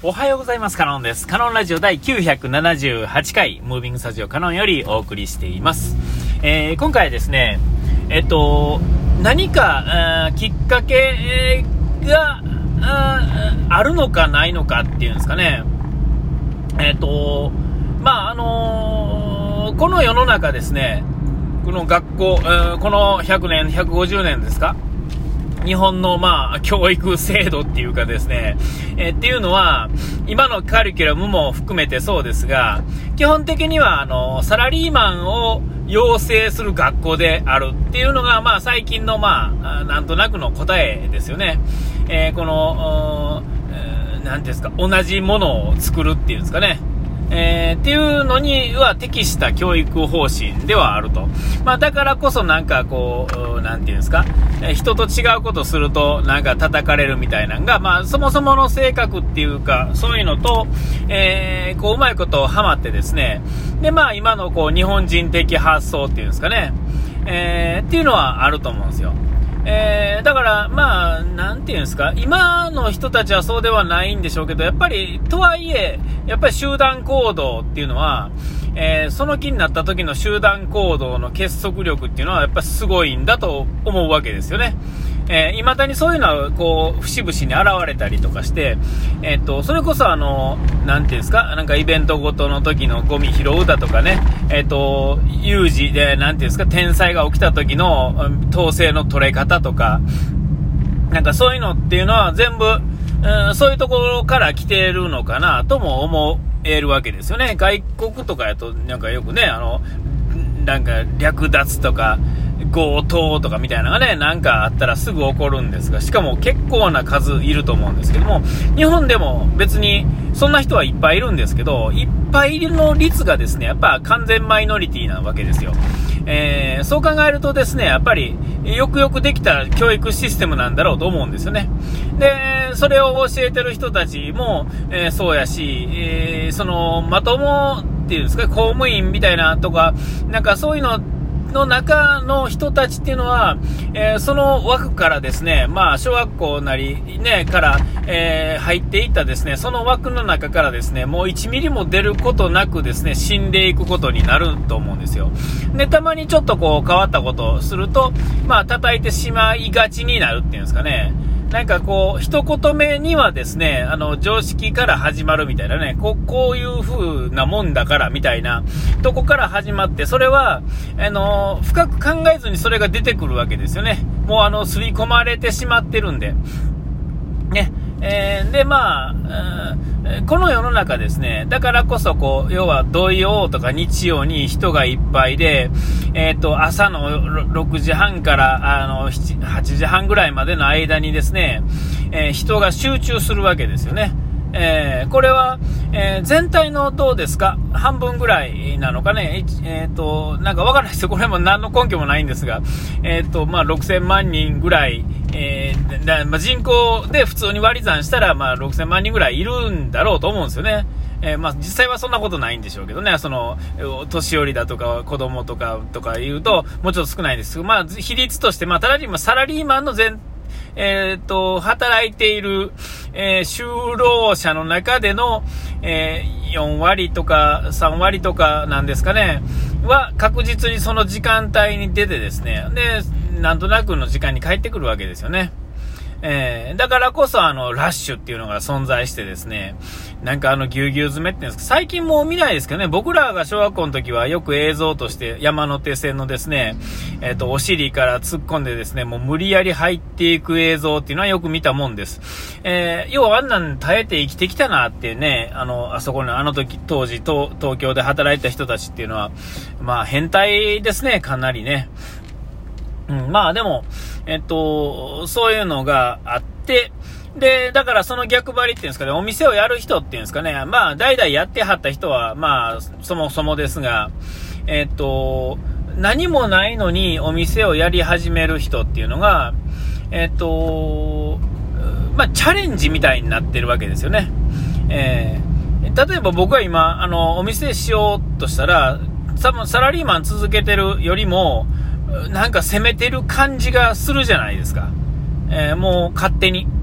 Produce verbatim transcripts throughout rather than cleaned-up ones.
おはようございます。カノンです。カノンラジオ第きゅうひゃくななじゅうはちかいムービングスタジオカノンよりお送りしています。えー、今回はですね、えっと何かあきっかけが あ, あるのかないのかっていうんですかね。えっとまああのー、この世の中ですね、この学校、えー、このひゃくねんひゃくごじゅうねんですか、日本のまあ教育制度っていうかですね、えー、っていうのは今のカリキュラムも含めてそうですが、基本的にはあのサラリーマンを養成する学校であるっていうのがまあ最近のまあなんとなくの答えですよね。えー、この何ていうんですか、同じものを作るっていうんですかね。えー、っていうのには適した教育方針ではあると。まあだからこそなんかこう、なんていうんですか、人と違うことするとなんか叩かれるみたいなのが、まあそもそもの性格っていうか、そういうのと、えー、こううまいことハマってですね、でまあ今のこう日本人的発想っていうんですかね、えー、っていうのはあると思うんですよ。えー、だからまあなんていうんですか、今の人たちはそうではないんでしょうけど、やっぱりとはいえやっぱり集団行動っていうのは、えー、その気になった時の集団行動の結束力っていうのはやっぱりすごいんだと思うわけですよね。えー、未だにそういうのはこう節々に現れたりとかして、えー、とそれこそあのなんていうんですか、なんかイベントごとの時のゴミ拾うだとかね、えー、と有事でなんていうんですか、天災が起きた時の統制の取れ方とか、なんかそういうのっていうのは全部、うん、そういうところから来てるのかなとも思えるわけですよね。外国とかやとなんかよくね、あのなんか略奪とか強盗とかみたいなのがね、なんかあったらすぐ起こるんですが、しかも結構な数いると思うんですけども、日本でも別にそんな人はいっぱいいるんですけど、いっぱいいるの率がですね、やっぱ完全マイノリティなわけですよ。えー、そう考えるとですね、やっぱりよくよくできた教育システムなんだろうと思うんですよね。でそれを教えてる人たちも、えー、そうやし、えー、そのまともっていうんですか、公務員みたいなとか、なんかそういうのの中の人たちっていうのは、えー、その枠からですね、まあ小学校なりねから、えー、入っていったですね、その枠の中からですね、もういちミリも出ることなくですね、死んでいくことになると思うんですよ。でたまにちょっとこう変わったことをすると、まあ叩いてしまいがちになるっていうんですかね。なんかこう一言目にはですね、あの常識から始まるみたいなね、こう、こういう風なもんだからみたいなとこから始まって、それはあの深く考えずにそれが出てくるわけですよね。もうあの刷り込まれてしまってるんでね。えー、でまあ、えー、この世の中ですね、だからこそこう要は土曜とか日曜に人がいっぱいで、えー、と朝のろくじはんからあのはちじはんぐらいまでの間にですね、えー、人が集中するわけですよね。えー、これは、えー、全体のどうですか、半分ぐらいなのかね、えー、となんかわからないですよ、これも何の根拠もないんですが、えーとまあ、ろくせんまんにんぐらい、えーだまあ、人口で普通に割り算したら、まあ、ろくせんまんにんぐらいいるんだろうと思うんですよね。えーまあ、実際はそんなことないんでしょうけどね、その年寄りだとか子供とかとか言うともうちょっと少ないですけど、まあ、比率としてまあただ今サラリーマンの全えー、と働いている、えー、就労者の中での、えー、よんわりとかさんわりとかなんですかねは確実にその時間帯に出てですね、でなんとなくの時間に帰ってくるわけですよね。えー、だからこそあのラッシュっていうのが存在してですね、なんかあのぎゅうぎゅう詰めっていうんですか、最近もう見ないですけどね、僕らが小学校の時はよく映像として山手線のですね、えっとお尻から突っ込んでですね、もう無理やり入っていく映像っていうのはよく見たもんです。えー、要はあんなん耐えて生きてきたなってね、あのあそこのあの時当時東東京で働いた人たちっていうのはまあ変態ですね、かなりね。うん、まあでも、えっと、そういうのがあって、で、だからその逆張りっていうんですかね、お店をやる人っていうんですかね、まあ代々やってはった人は、まあそもそもですが、えっと、何もないのにお店をやり始める人っていうのが、えっと、まあチャレンジみたいになってるわけですよね。えー、例えば僕は今、あの、お店しようとしたら、多分サラリーマン続けてるよりも、なんか攻めてる感じがするじゃないですか。えー、もう勝手に。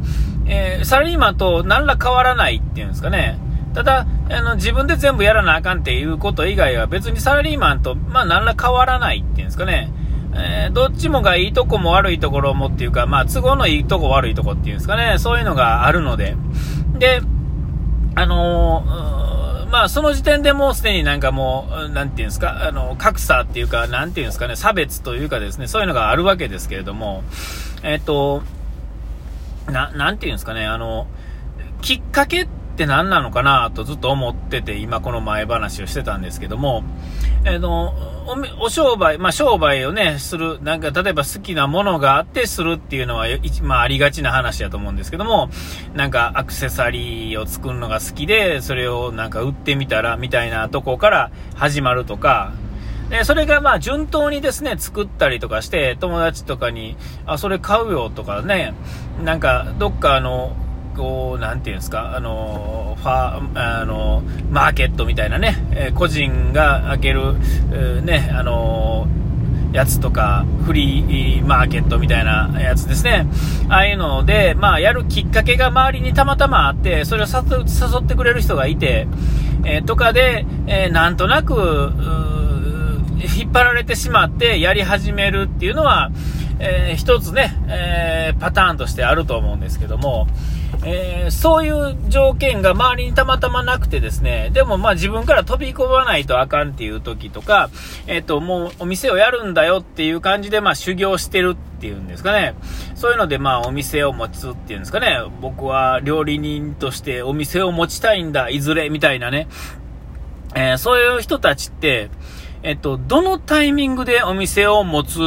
えー、サラリーマンと何ら変わらないっていうんですかね。ただ、あの、自分で全部やらなあかんっていうこと以外は別にサラリーマンと、まあ、何ら変わらないっていうんですかね。えー、どっちもがいいとこも悪いところもっていうか、まあ、都合のいいとこ悪いとこっていうんですかね。そういうのがあるので。で、あのー、まあ、その時点でもうすでになんかもう、なんていうんですか、あの、格差っていうか、なんていうんですかね、差別というかですね、そういうのがあるわけですけれども、えっと、な、なんていうんですかね、あの、きっかけって何なのかなとずっと思ってて、今この前話をしてたんですけども、えの、お、お商売、まあ商売をね、する、なんか例えば好きなものがあってするっていうのは、まあありがちな話だと思うんですけども、なんかアクセサリーを作るのが好きで、それをなんか売ってみたら、みたいなとこから始まるとか、で、それがまあ順当にですね、作ったりとかして、友達とかに、あ、それ買うよとかね、なんかどっかあの、こう、なんていうんですか、あの、ファ、あの、マーケットみたいなね、えー、個人が開ける、えー、ね、あの、やつとか、フリーマーケットみたいなやつですね。ああいうので、まあ、やるきっかけが周りにたまたまあって、それを誘ってくれる人がいて、えー、とかで、えー、なんとなく、引っ張られてしまってやり始めるっていうのは、えー、一つね、えー、パターンとしてあると思うんですけども、えー、そういう条件が周りにたまたまなくてですね、でもまあ自分から飛び込まないとあかんっていう時とか、えっともうお店をやるんだよっていう感じでまあ修行してるっていうんですかね。そういうのでまあお店を持つっていうんですかね。僕は料理人としてお店を持ちたいんだいずれみたいなね、えー、そういう人たちってえっとどのタイミングでお店を持つ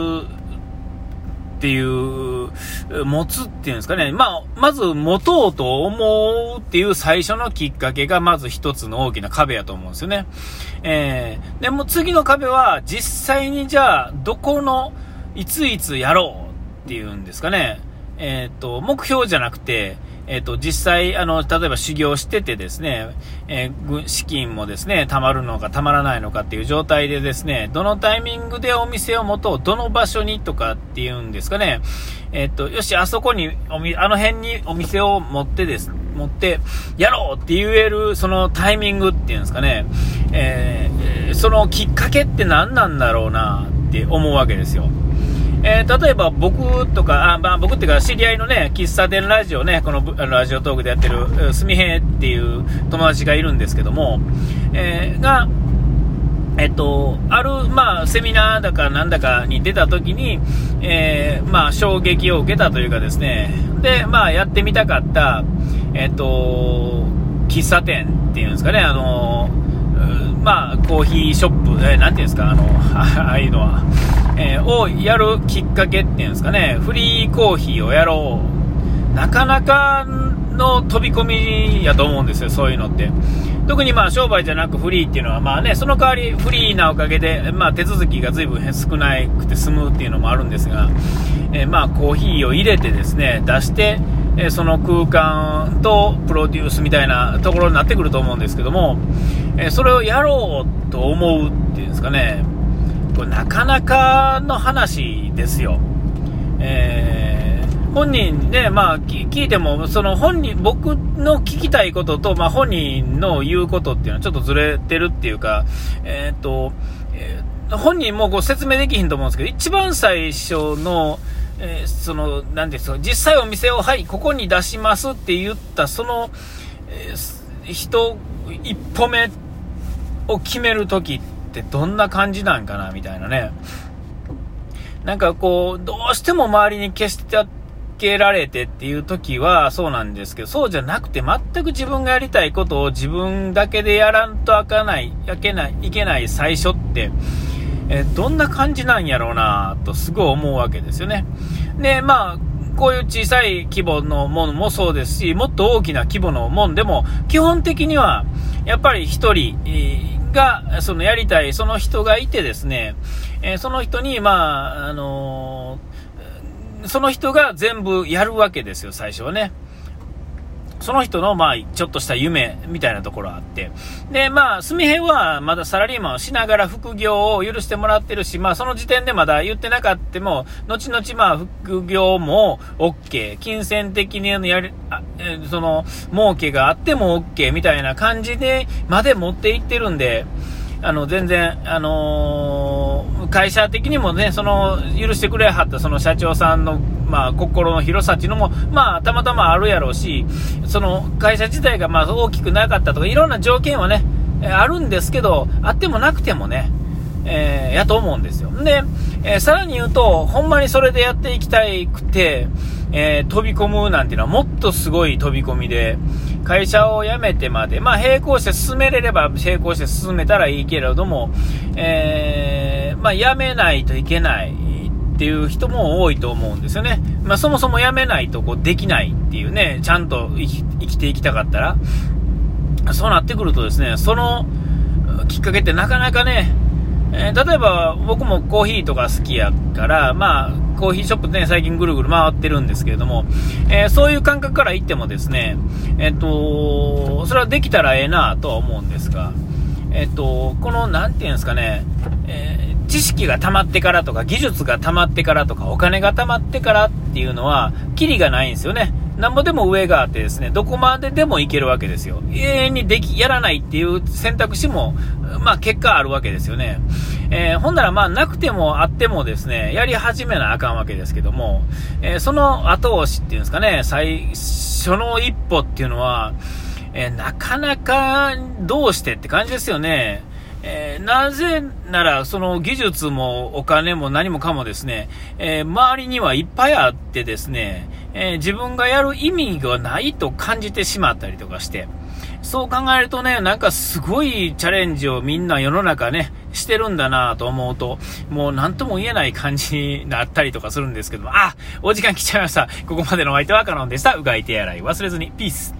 っていう持つっていうんですかね。まあ、まず持とうと思うっていう最初のきっかけがまず一つの大きな壁やと思うんですよね。えー、でも次の壁は実際にじゃあどこのいついつやろうっていうんですかね。えっと、目標じゃなくて、えっと、実際、あの、例えば修行しててですね、えー、資金もですね、貯まるのか貯まらないのかっていう状態でですね、どのタイミングでお店を持とう、どの場所にとかっていうんですかね、えっと、よし、あそこにおみ、あの辺にお店を持ってです、持って、やろうって言える、そのタイミングっていうんですかね、えー、そのきっかけって何なんだろうなって思うわけですよ。えー、例えば僕とか、あ、まあ、僕っていうか知り合いのね、喫茶店ラジオね、このラジオトークでやってるすみへっていう友達がいるんですけども、えー、が、えっと、ある、まあ、セミナーだかなんだかに出た時に、えー、まあ、衝撃を受けたというかですね、で、まあ、やってみたかった、えっと、喫茶店っていうんですかね、あの、まあ、コーヒーショップ、えー、なんていうんですか、あの、ああいうのは、えー、をやるきっかけっていうんですかね、フリーコーヒーをやろう。なかなかの飛び込みやと思うんですよ、そういうのって。特にまあ商売じゃなくフリーっていうのは、まあね、その代わりフリーなおかげで、まあ手続きが随分少なくて済むっていうのもあるんですが、えー、まあコーヒーを入れてですね、出して、えー、その空間とプロデュースみたいなところになってくると思うんですけども、えー、それをやろうと思うっていうんですかね、これなかなかの話ですよ。えー、本人ね、まあ聞いても、その本人、僕の聞きたいことと、まあ本人の言うことっていうのはちょっとずれてるっていうか、えっと、えー、本人もこう説明できひんと思うんですけど、一番最初の、えー、その、なんですか、実際お店を、はい、ここに出しますって言った、その、えー、人、一歩目を決めるときってどんな感じなんかなみたいなね。なんかこうどうしても周りに消しつけられてっていう時はそうなんですけど、そうじゃなくて全く自分がやりたいことを自分だけでやらんとあかない、いけない、いけない最初って、えー、どんな感じなんやろうなとすごい思うわけですよね。で、まあこういう小さい規模のものもそうですし、もっと大きな規模のもんでも基本的にはやっぱり一人、えーがそのやりたいその人がいてですね、えー、その人にまああのー、その人が全部やるわけですよ、最初はね。 その人の、まあ、ちょっとした夢みたいなところがあって。で、まあ、すみへんはまだサラリーマンをしながら副業を許してもらってるし、まあ、その時点でまだ言ってなかったも、後々まあ、副業も OK。金銭的にやり、あえその、儲けがあっても OK みたいな感じでまで持っていってるんで、あの、全然、あのー、会社的にもね、その、許してくれはったその社長さんの、まあ、心の広さっていうのも、まあ、たまたまあるやろうし、その、会社自体がまあ、大きくなかったとか、いろんな条件はね、あるんですけど、あってもなくてもね、えー、やと思うんですよ。で、えー、さらに言うと、ほんまにそれでやっていきたいくて、えー、飛び込むなんていうのはもっとすごい飛び込みで、会社を辞めてまで、まあ並行して進めれれば並行して進めたらいいけれども、えー、まあ辞めないといけないっていう人も多いと思うんですよね。まあそもそも辞めないとこうできないっていうね、ちゃんと生き、生きていきたかったら、そうなってくるとですね、そのきっかけってなかなかね、えー、例えば僕もコーヒーとか好きやから、まあコーヒーショップね、最近ぐるぐる回ってるんですけれども、えー、そういう感覚から言ってもですね、えっと、それはできたらええなとは思うんですが、えっと、この、なんていうんですかね、えー、知識が溜まってからとか、技術が溜まってからとか、お金が溜まってからっていうのは、キリがないんですよね。なんぼでも上があってですね、どこまででもいけるわけですよ。永遠にでき、やらないっていう選択肢も、まあ結果あるわけですよね。えー、ほんならまあなくてもあってもですね、やり始めなあかんわけですけども、えー、その後押しっていうんですかね、最初の一歩っていうのは、えー、なかなかどうしてって感じですよね。えー、なぜならその技術もお金も何もかもですね、えー、周りにはいっぱいあってですね、えー、自分がやる意味がないと感じてしまったりとかして、そう考えるとね、なんかすごいチャレンジをみんな世の中ね、してるんだなと思うと、もう何とも言えない感じになったりとかするんですけども、あ、お時間来ちゃいました。ここまでのお相手はカノンでした。うがい手洗い忘れずに。ピース。